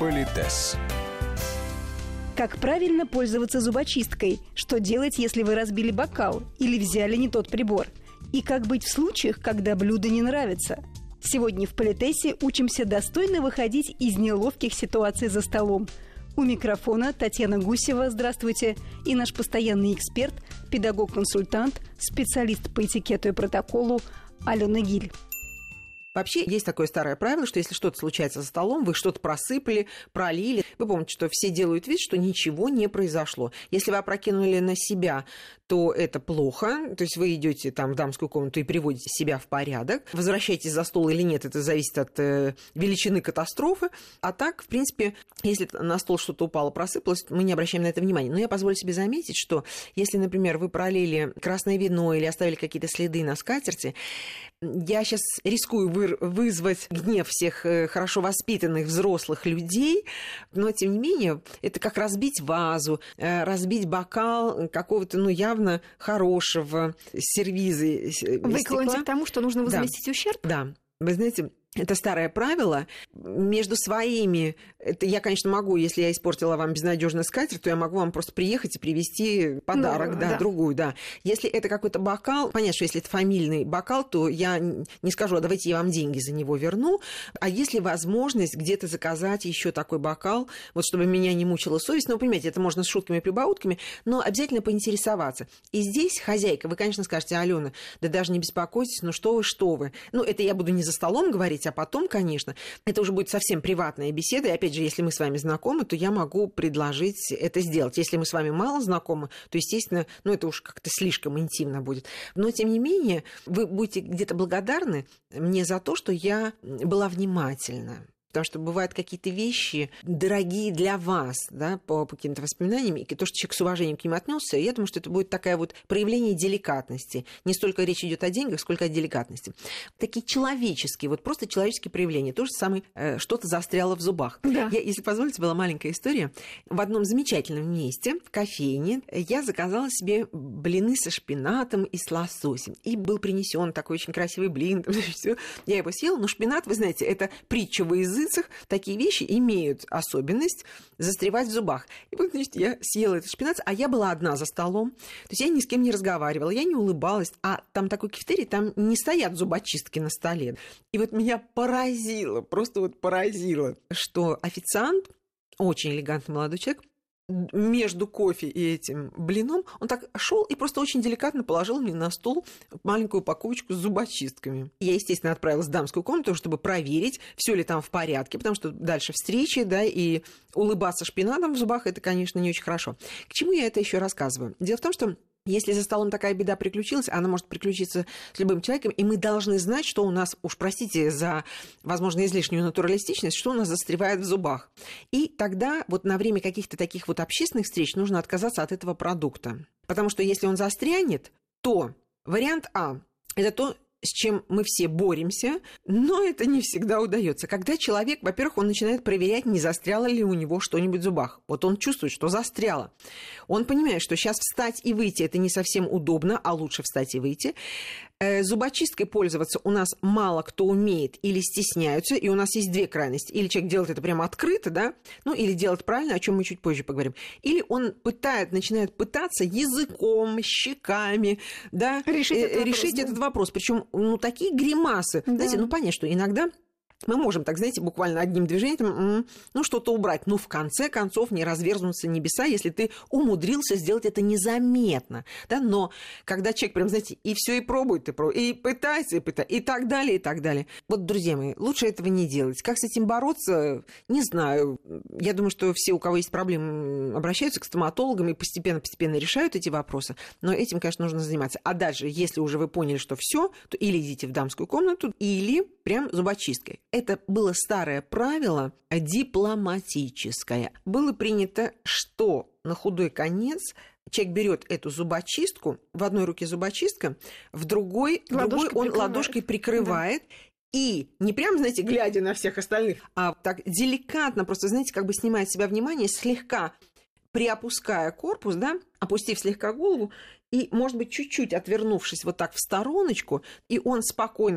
Политес. Как правильно пользоваться зубочисткой? Что делать, если вы разбили бокал или взяли не тот прибор? И как быть в случаях, когда блюдо не нравится? Сегодня в Политесе учимся достойно выходить из неловких ситуаций за столом. У микрофона Татьяна Гусева, здравствуйте, и наш постоянный эксперт, педагог-консультант, специалист по этикету и протоколу Алена Гиль. Вообще есть такое старое правило, что если что-то случается за столом, вы что-то просыпали, пролили, вы помните, что все делают вид, что ничего не произошло. Если вы опрокинули на себя, то это плохо, то есть вы идете там в дамскую комнату и приводите себя в порядок. Возвращаетесь за стол или нет, это зависит от величины катастрофы. А так, в принципе, если на стол что-то упало, просыпалось, мы не обращаем на это внимания. Но я позволю себе заметить, что если, например, вы пролили красное вино или оставили какие-то следы на скатерти, я сейчас рискую вызвать гнев всех хорошо воспитанных взрослых людей, но, тем не менее, это как разбить вазу, разбить бокал какого-то, явно хорошего сервиза. Вы клоните к тому, что нужно возместить ущерб? Да. Вы знаете, это старое правило. Между своими, это я, конечно, могу, если я испортила вам безнадежную скатерть, то я могу вам просто приехать и привезти подарок, другую, да. Если это какой-то бокал, понятно, что если это фамильный бокал, то я не скажу, а давайте я вам деньги за него верну. А если возможность где-то заказать еще такой бокал, вот чтобы меня не мучила совесть, понимаете, это можно с шутками и прибаутками, но обязательно поинтересоваться. И здесь хозяйка, вы, конечно, скажете: Алена, да даже не беспокойтесь, что вы. Это я буду не за столом говорить, а потом, конечно, это уже будет совсем приватная беседа. И опять же, если мы с вами знакомы, то я могу предложить это сделать. Если мы с вами мало знакомы, то, естественно, это уж как-то слишком интимно будет. Но, тем не менее, вы будете где-то благодарны мне за то, что я была внимательна. Потому что бывают какие-то вещи дорогие для вас, да, по каким-то воспоминаниям, и то, что человек с уважением к ним отнесся, я думаю, что это будет такое проявление деликатности. Не столько речь идет о деньгах, сколько о деликатности. Такие человеческие, просто человеческие проявления. То же самое, что-то застряло в зубах. Да. Если позволите, была маленькая история. В одном замечательном месте, в кофейне, я заказала себе блины со шпинатом и с лососем. И был принесен такой очень красивый блин. Я его съела, но шпинат, вы знаете, это притча во языцах. Такие вещи имеют особенность застревать в зубах. И вот, значит, я съела этот шпинат, а я была одна за столом. То есть я ни с кем не разговаривала, я не улыбалась. А там такой кафетерий, там не стоят зубочистки на столе. И меня поразило, просто поразило, что официант, очень элегантный молодой человек, между кофе и этим блином, он так шел и просто очень деликатно положил мне на стол маленькую упаковочку с зубочистками. Я, естественно, отправилась в дамскую комнату, чтобы проверить, все ли там в порядке, потому что дальше встречи, да, и улыбаться шпинатом в зубах, это, конечно, не очень хорошо. К чему я это еще рассказываю? Дело в том, что если за столом такая беда приключилась, она может приключиться с любым человеком, и мы должны знать, что у нас, уж простите за, возможно, излишнюю натуралистичность, что у нас застревает в зубах. И тогда на время каких-то таких общественных встреч нужно отказаться от этого продукта. Потому что если он застрянет, то вариант А – это то, с чем мы все боремся, но это не всегда удается. Когда человек, во-первых, он начинает проверять, не застряло ли у него что-нибудь в зубах. Он чувствует, что застряло. Он понимает, что сейчас встать и выйти – это не совсем удобно, а лучше встать и выйти. Зубочисткой пользоваться у нас мало кто умеет или стесняются, и у нас есть две крайности. Или человек делает это прямо открыто, да, или делает правильно, о чем мы чуть позже поговорим. Или он начинает пытаться языком, щеками, да, решить этот вопрос. Причем, такие гримасы. Да. Знаете, понятно, что иногда мы можем, так знаете, буквально одним движением, что-то убрать. В конце концов, не разверзнутся небеса, если ты умудрился сделать это незаметно. Да? Но когда человек прям, знаете, и все и пробует, и пытается, и так далее, и так далее. Друзья мои, лучше этого не делать. Как с этим бороться, не знаю. Я думаю, что все, у кого есть проблемы, обращаются к стоматологам и постепенно решают эти вопросы. Но этим, конечно, нужно заниматься. А дальше, если уже вы поняли, что все, то или идите в дамскую комнату, или прям зубочисткой. Это было старое правило дипломатическое. Было принято, что на худой конец человек берет эту зубочистку, в одной руке зубочистка, в другой он ладошкой прикрывает. Да. И не прям, знаете, глядя на всех остальных, а так деликатно, просто, знаете, снимает с себя внимание, слегка приопуская корпус, да, опустив слегка голову, и, может быть, чуть-чуть отвернувшись так в стороночку, и он спокойно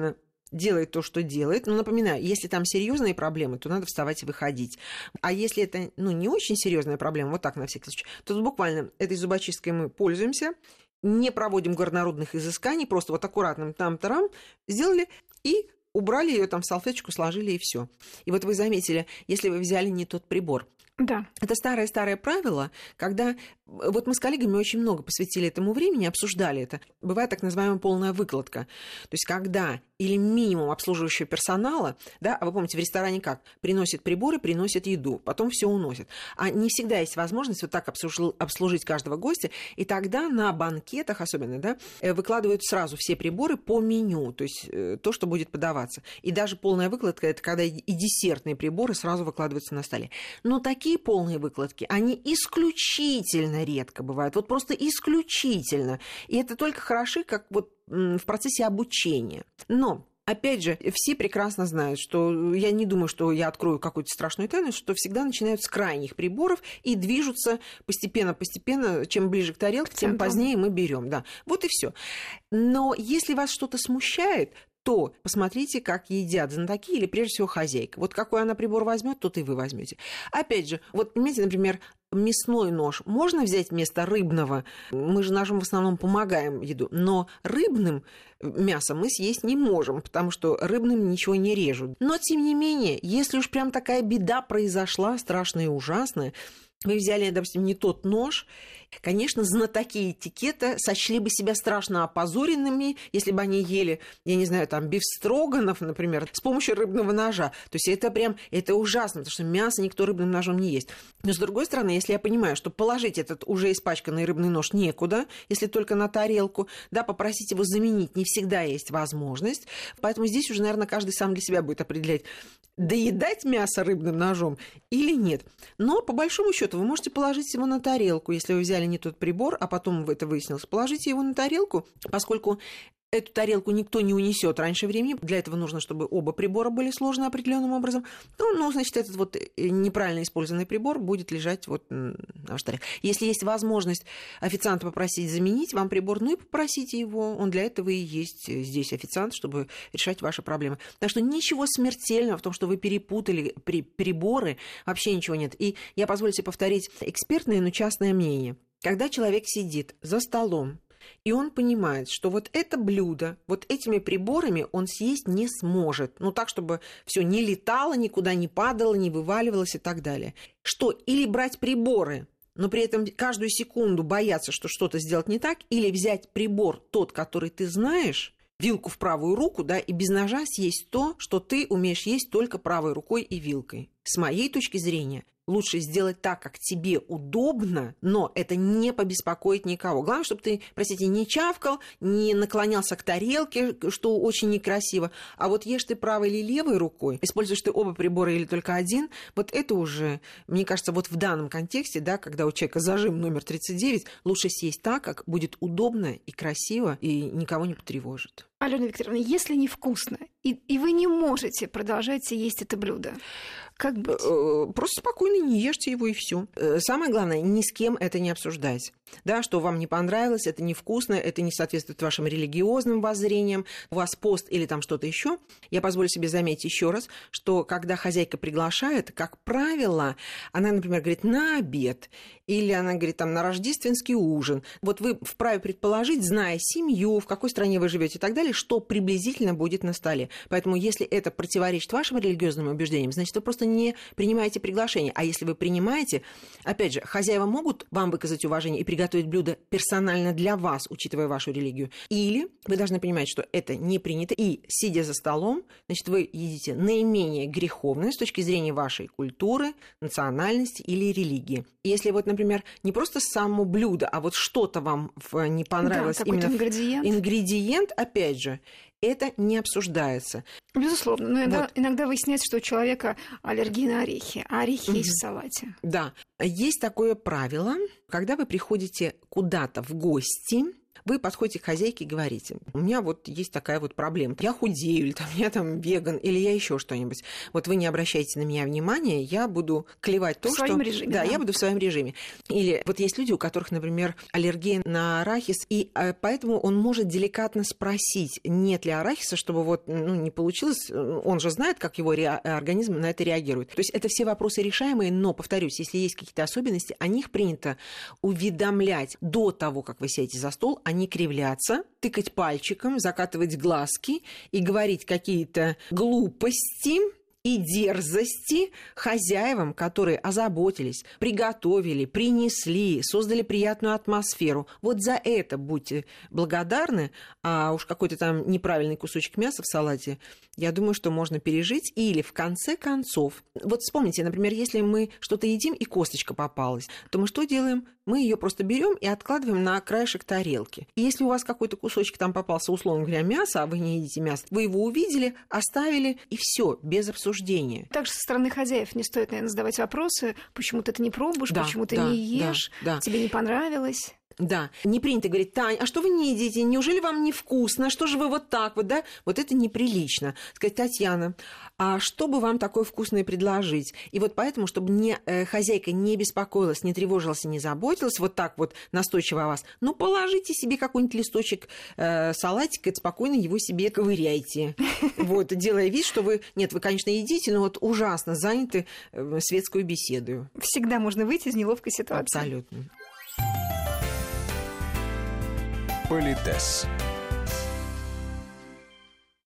делает то, что делает. Но напоминаю, если там серьезные проблемы, то надо вставать и выходить. А если это не очень серьезная проблема, вот так на всякий случай, то буквально этой зубочисткой мы пользуемся, не проводим горнорудных изысканий, просто вот аккуратным там-тарам сделали и убрали ее там в салфеточку, сложили и все. И вот вы заметили, если вы взяли не тот прибор. Да. Это старое-старое правило, когда... Вот мы с коллегами очень много посвятили этому времени, обсуждали это. Бывает так называемая полная выкладка. То есть когда или минимум обслуживающего персонала, да, а вы помните, в ресторане как? Приносят приборы, приносят еду, потом все уносят. А не всегда есть возможность вот так обслужить каждого гостя, и тогда на банкетах особенно, да, выкладывают сразу все приборы по меню, то есть то, что будет подаваться. И даже полная выкладка – это когда и десертные приборы сразу выкладываются на столе. Но такие полные выкладки, они исключительно редко бывают, вот просто исключительно. И это только хороши, как вот в процессе обучения. Но опять же, все прекрасно знают, что я не думаю, что я открою какую-то страшную тайну, что всегда начинают с крайних приборов и движутся постепенно, чем ближе к тарелке, тем позднее мы берем. Да. Вот и все. Но если вас что-то смущает, то посмотрите, как едят знатоки или, прежде всего, хозяйка. Вот какой она прибор возьмет, тот и вы возьмете. Опять же, вот понимаете, например, мясной нож можно взять вместо рыбного. Мы же ножом в основном помогаем еду. Но рыбным мясом мы съесть не можем, потому что рыбным ничего не режут. Но, тем не менее, если уж прям такая беда произошла, страшная и ужасная, вы взяли, допустим, не тот нож, конечно, знатоки этикета сочли бы себя страшно опозоренными, если бы они ели, я не знаю, там, бифстроганов, например, с помощью рыбного ножа. То есть это ужасно, потому что мясо никто рыбным ножом не ест. Но, с другой стороны, если я понимаю, что положить этот уже испачканный рыбный нож некуда, если только на тарелку, да, попросить его заменить не всегда есть возможность. Поэтому здесь уже, наверное, каждый сам для себя будет определять, доедать мясо рыбным ножом или нет. Но, по большому счету, вы можете положить его на тарелку, если вы взяли не тот прибор, а потом это выяснилось. Положите его на тарелку, поскольку эту тарелку никто не унесет раньше времени. Для этого нужно, чтобы оба прибора были сложены определенным образом. Ну, значит, этот вот неправильно использованный прибор будет лежать вот на вашей тарелке. Если есть возможность официанта попросить заменить вам прибор, ну и попросите его. Он для этого и есть здесь официант, чтобы решать ваши проблемы. Так что ничего смертельного в том, что вы перепутали приборы, вообще ничего нет. И я позволю себе повторить экспертное, но частное мнение. Когда человек сидит за столом, и он понимает, что вот это блюдо, вот этими приборами он съесть не сможет. Ну, так, чтобы все не летало, никуда не падало, не вываливалось и так далее. Что? Или брать приборы, но при этом каждую секунду бояться, что что-то сделать не так, или взять прибор тот, который ты знаешь, вилку в правую руку, да, и без ножа съесть то, что ты умеешь есть только правой рукой и вилкой. С моей точки зрения, лучше сделать так, как тебе удобно, но это не побеспокоит никого. Главное, чтобы ты, простите, не чавкал, не наклонялся к тарелке, что очень некрасиво. А вот ешь ты правой или левой рукой, используешь ты оба прибора или только один, вот это уже, мне кажется, вот в данном контексте, да, когда у человека зажим номер 39, лучше съесть так, как будет удобно и красиво, и никого не потревожит. Алена Викторовна, если невкусно, и вы не можете продолжать есть это блюдо, как быть? Просто спокойно не ешьте его, и все. Самое главное, ни с кем это не обсуждать. Да, что вам не понравилось, это невкусно, это не соответствует вашим религиозным воззрениям, у вас пост или там что-то еще. Я позволю себе заметить еще раз, что когда хозяйка приглашает, как правило, она, например, говорит на обед, или она говорит там на рождественский ужин. Вот вы вправе предположить, зная семью, в какой стране вы живете и так далее, что приблизительно будет на столе. Поэтому, если это противоречит вашим религиозным убеждениям, значит, вы просто не принимаете приглашение. А если вы принимаете, опять же, хозяева могут вам выказать уважение и приготовить блюдо персонально для вас, учитывая вашу религию. Или вы должны понимать, что это не принято. И, сидя за столом, значит, вы едите наименее греховное с точки зрения вашей культуры, национальности или религии. И если вот, например, не просто само блюдо, а вот что-то вам не понравилось, да, именно ингредиент, опять же, это не обсуждается. Безусловно. Но иногда выясняется, что у человека аллергия на орехи, а орехи есть в салате. Да. Есть такое правило, когда вы приходите куда-то в гости, Вы подходите к хозяйке и говорите: у меня вот есть такая вот проблема, я худею, или там, я там веган, или я еще что-нибудь. Вот вы не обращаете на меня внимания, я буду клевать то, в своем режиме, да, я буду в своем режиме. Или вот есть люди, у которых, например, аллергия на арахис, и поэтому он может деликатно спросить, нет ли арахиса, чтобы вот, не получилось, он же знает, как его организм на это реагирует. То есть это все вопросы решаемые, но, повторюсь, если есть какие-то особенности, о них принято уведомлять до того, как вы сядете за стол, а не кривляться, тыкать пальчиком, закатывать глазки и говорить какие-то глупости и дерзости хозяевам, которые озаботились, приготовили, принесли, создали приятную атмосферу. Вот за это будьте благодарны, а уж какой-то там неправильный кусочек мяса в салате, я думаю, что можно пережить. Или в конце концов, вот вспомните, например, если мы что-то едим и косточка попалась, то мы что делаем? Мы ее просто берем и откладываем на краешек тарелки. И если у вас какой-то кусочек там попался, условно говоря, мясо, а вы не едите мясо, вы его увидели, оставили, и все, без обсуждения. Также со стороны хозяев не стоит, наверное, задавать вопросы, почему ты это не пробуешь, почему ты не ешь, тебе не понравилось. Да, не принято говорить: Тань, а что вы не едите? Неужели вам не вкусно? Что же вы вот так вот, да? Вот это неприлично. Сказать: Татьяна, а что бы вам такое вкусное предложить? И вот поэтому, чтобы хозяйка не беспокоилась, не тревожилась и не заботилась вот так вот настойчиво о вас, положите себе какой-нибудь листочек салатика и спокойно его себе ковыряйте. Вот, делая вид, что вы... Нет, вы, конечно, едите, но вот ужасно заняты светской беседой. Всегда можно выйти из неловкой ситуации. Абсолютно. Политес.